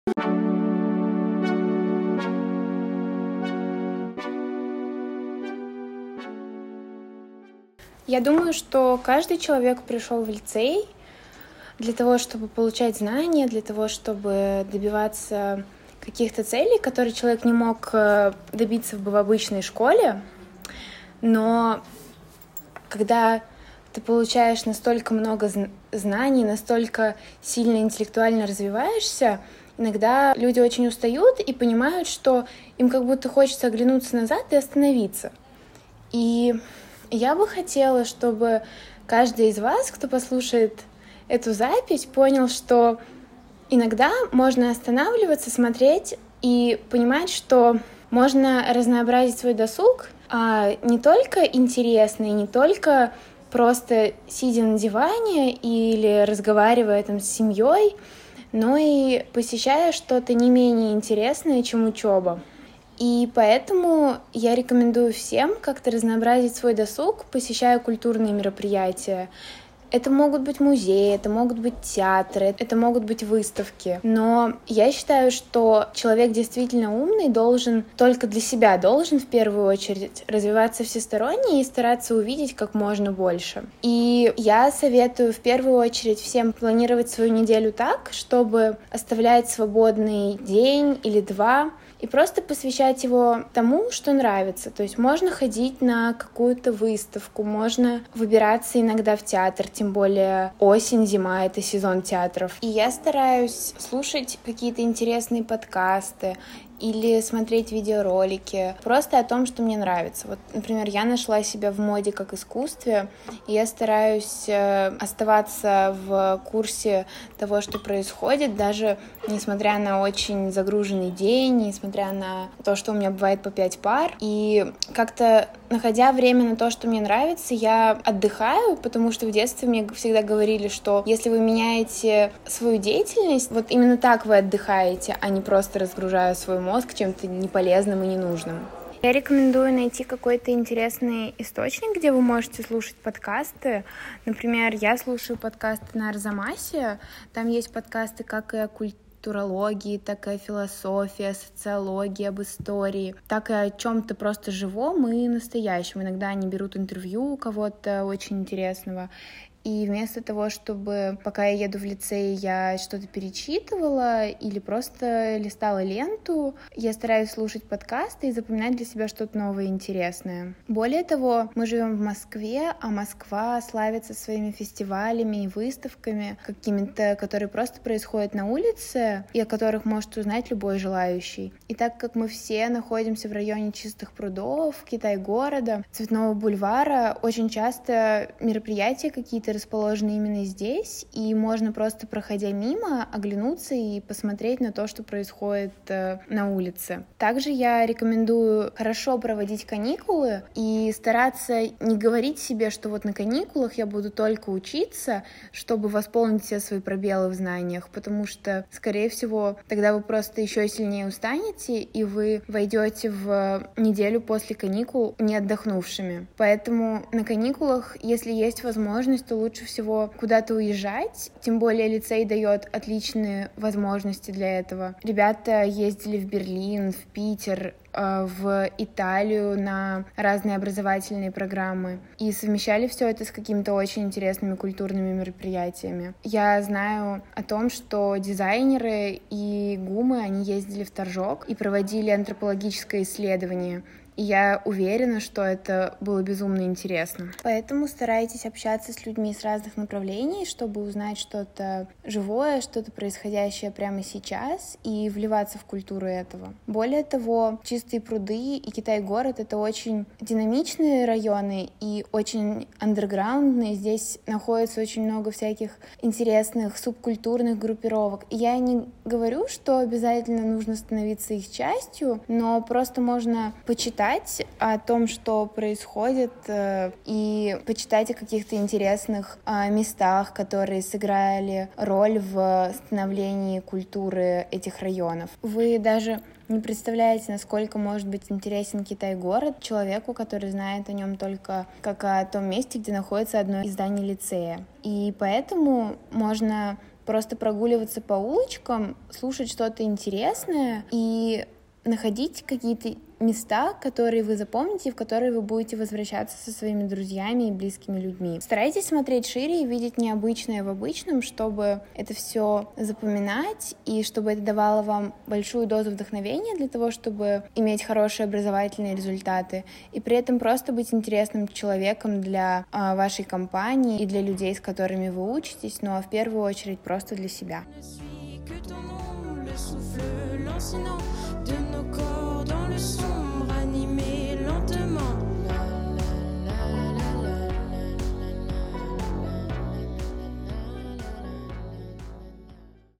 Я думаю, что каждый человек пришел в лицей для того, чтобы получать знания, для того, чтобы добиваться каких-то целей, которые человек не мог добиться в обычной школе. Но когда ты получаешь настолько много знаний, настолько сильно интеллектуально развиваешься, иногда люди очень устают и понимают, что им как будто хочется оглянуться назад и остановиться. И я бы хотела, чтобы каждый из вас, кто послушает эту запись, понял, что иногда можно останавливаться, смотреть и понимать, что можно разнообразить свой досуг, не только интересный, не только просто сидя на диване или разговаривая там с семьей, но и посещая что-то не менее интересное, чем учеба. И поэтому я рекомендую всем как-то разнообразить свой досуг, посещая культурные мероприятия. Это могут быть музеи, это могут быть театры, это могут быть выставки. Но я считаю, что человек действительно умный должен только для себя, должен в первую очередь развиваться всесторонне и стараться увидеть как можно больше. И я советую в первую очередь всем планировать свою неделю так, чтобы оставлять свободный день или два, и просто посвящать его тому, что нравится. То есть можно ходить на какую-то выставку, можно выбираться иногда в театр, тем более осень, зима — это сезон театров. И я стараюсь слушать какие-то интересные подкасты или смотреть видеоролики просто о том, что мне нравится. Вот, например, я нашла себя в моде как искусстве, и я стараюсь оставаться в курсе того, что происходит, даже несмотря на очень загруженный день, несмотря на то, что у меня бывает по 5 пар. И как-то, находя время на то, что мне нравится, я отдыхаю, потому что в детстве мне всегда говорили, что если вы меняете свою деятельность, вот именно так вы отдыхаете, а не просто разгружая свой мозг чем-то неполезным и ненужным. Я рекомендую найти какой-то интересный источник, где вы можете слушать подкасты. Например, я слушаю подкасты на Арзамасе. Там есть подкасты как и о культурологии, так и о философии, о социологии, об истории, так и о чем-то просто живом и настоящем. Иногда они берут интервью у кого-то очень интересного. И вместо того, чтобы, пока я еду в лицей, я что-то перечитывала или просто листала ленту, я стараюсь слушать подкасты и запоминать для себя что-то новое и интересное. Более того, мы живем в Москве, а Москва славится своими фестивалями и выставками, какими-то, которые просто происходят на улице и о которых может узнать любой желающий. И так как мы все находимся в районе Чистых прудов, Китай-города, Цветного бульвара, очень часто мероприятия какие-то расположены именно здесь, и можно просто, проходя мимо, оглянуться и посмотреть на то, что происходит на улице. Также я рекомендую хорошо проводить каникулы и стараться не говорить себе, что вот на каникулах я буду только учиться, чтобы восполнить все свои пробелы в знаниях, потому что, скорее всего, тогда вы просто еще сильнее устанете, и вы войдете в неделю после каникул не отдохнувшими. Поэтому на каникулах, если есть возможность, то лучше всего куда-то уезжать, тем более лицей дает отличные возможности для этого. Ребята ездили в Берлин, в Питер, в Италию на разные образовательные программы и совмещали все это с какими-то очень интересными культурными мероприятиями. Я знаю о том, что дизайнеры и гумы, они ездили в Торжок и проводили антропологическое исследование. И я уверена, что это было безумно интересно. Поэтому старайтесь общаться с людьми с разных направлений, чтобы узнать что-то живое, что-то происходящее прямо сейчас и вливаться в культуру этого. Более того, Чистые пруды и Китай-город — это очень динамичные районы и очень андерграундные. Здесь находится очень много всяких интересных субкультурных группировок. И я не говорю, что обязательно нужно становиться их частью, но просто можно почитать о том, что происходит, и почитать о каких-то интересных местах, которые сыграли роль в становлении культуры этих районов. Вы даже не представляете, насколько может быть интересен Китай-город человеку, который знает о нем только как о том месте, где находится одно из зданий лицея. И поэтому можно просто прогуливаться по улочкам, слушать что-то интересное и находить какие-то места, которые вы запомните, в которые вы будете возвращаться со своими друзьями и близкими людьми. Старайтесь смотреть шире и видеть необычное в обычном, чтобы это все запоминать и чтобы это давало вам большую дозу вдохновения для того, чтобы иметь хорошие образовательные результаты и при этом просто быть интересным человеком для вашей компании и для людей, с которыми вы учитесь, но в первую очередь просто для себя. De nos corps